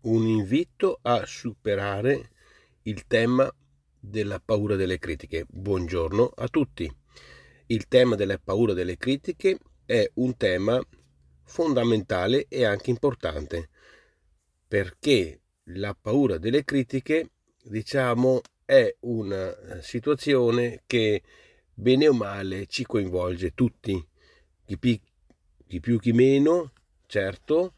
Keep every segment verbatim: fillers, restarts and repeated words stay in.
un invito a superare il tema della paura delle critiche. Buongiorno a tutti. Il tema della paura delle critiche è un tema fondamentale e anche importante, perché la paura delle critiche, diciamo, è una situazione che bene o male ci coinvolge tutti, chi più chi, più, chi meno, certo,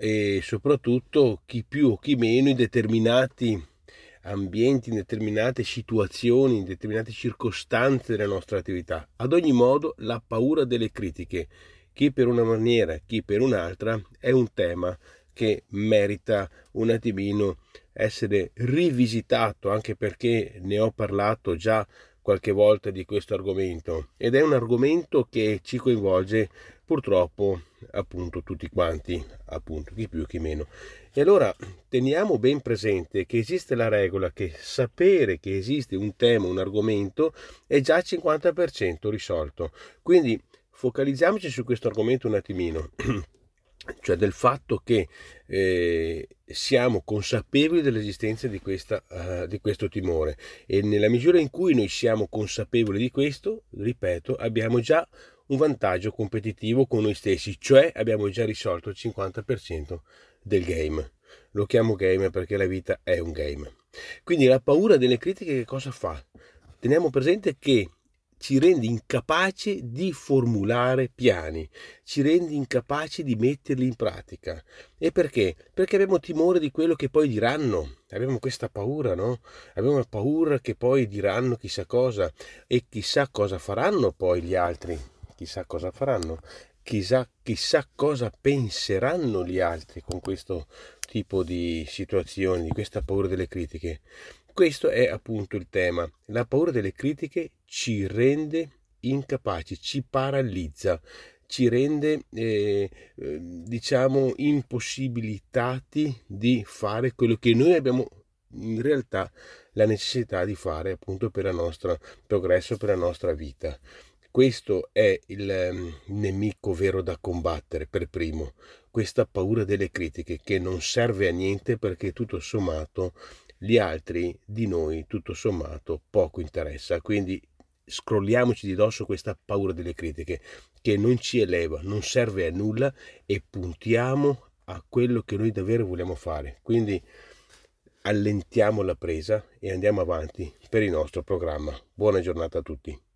e soprattutto chi più o chi meno in determinati ambienti, in determinate situazioni, in determinate circostanze della nostra attività. Ad ogni modo, la paura delle critiche, chi per una maniera, chi per un'altra, è un tema che merita un attimino essere rivisitato, anche perché ne ho parlato già qualche volta di questo argomento ed è un argomento che ci coinvolge purtroppo appunto tutti quanti, appunto chi più chi meno. E allora teniamo ben presente che esiste la regola che sapere che esiste un tema, un argomento è già al cinquanta per cento risolto. Quindi focalizziamoci su questo argomento un attimino. Cioè del fatto che eh, siamo consapevoli dell'esistenza di, questa, uh, di questo timore, e nella misura in cui noi siamo consapevoli di questo, ripeto, abbiamo già un vantaggio competitivo con noi stessi, cioè abbiamo già risolto il cinquanta per cento del game. Lo chiamo game perché la vita è un game. Quindi la paura delle critiche che cosa fa? Teniamo presente che ci rende incapaci di formulare piani, ci rende incapaci di metterli in pratica. E perché? Perché abbiamo timore di quello che poi diranno, abbiamo questa paura, no? Abbiamo paura che poi diranno chissà cosa, e chissà cosa faranno poi gli altri, chissà cosa faranno, chissà, chissà cosa penseranno gli altri con questo tipo di situazioni, di questa paura delle critiche. Questo è appunto il tema. La paura delle critiche ci rende incapaci, ci paralizza, ci rende eh, eh, diciamo impossibilitati di fare quello che noi abbiamo in realtà la necessità di fare appunto per il nostro progresso, per la nostra vita. Questo è il um, nemico vero da combattere per primo, questa paura delle critiche che non serve a niente, perché tutto sommato gli altri di noi tutto sommato poco interessa. Quindi scrolliamoci di dosso questa paura delle critiche che non ci eleva, non serve a nulla, e puntiamo a quello che noi davvero vogliamo fare. Quindi allentiamo la presa e andiamo avanti per il nostro programma. Buona giornata a tutti.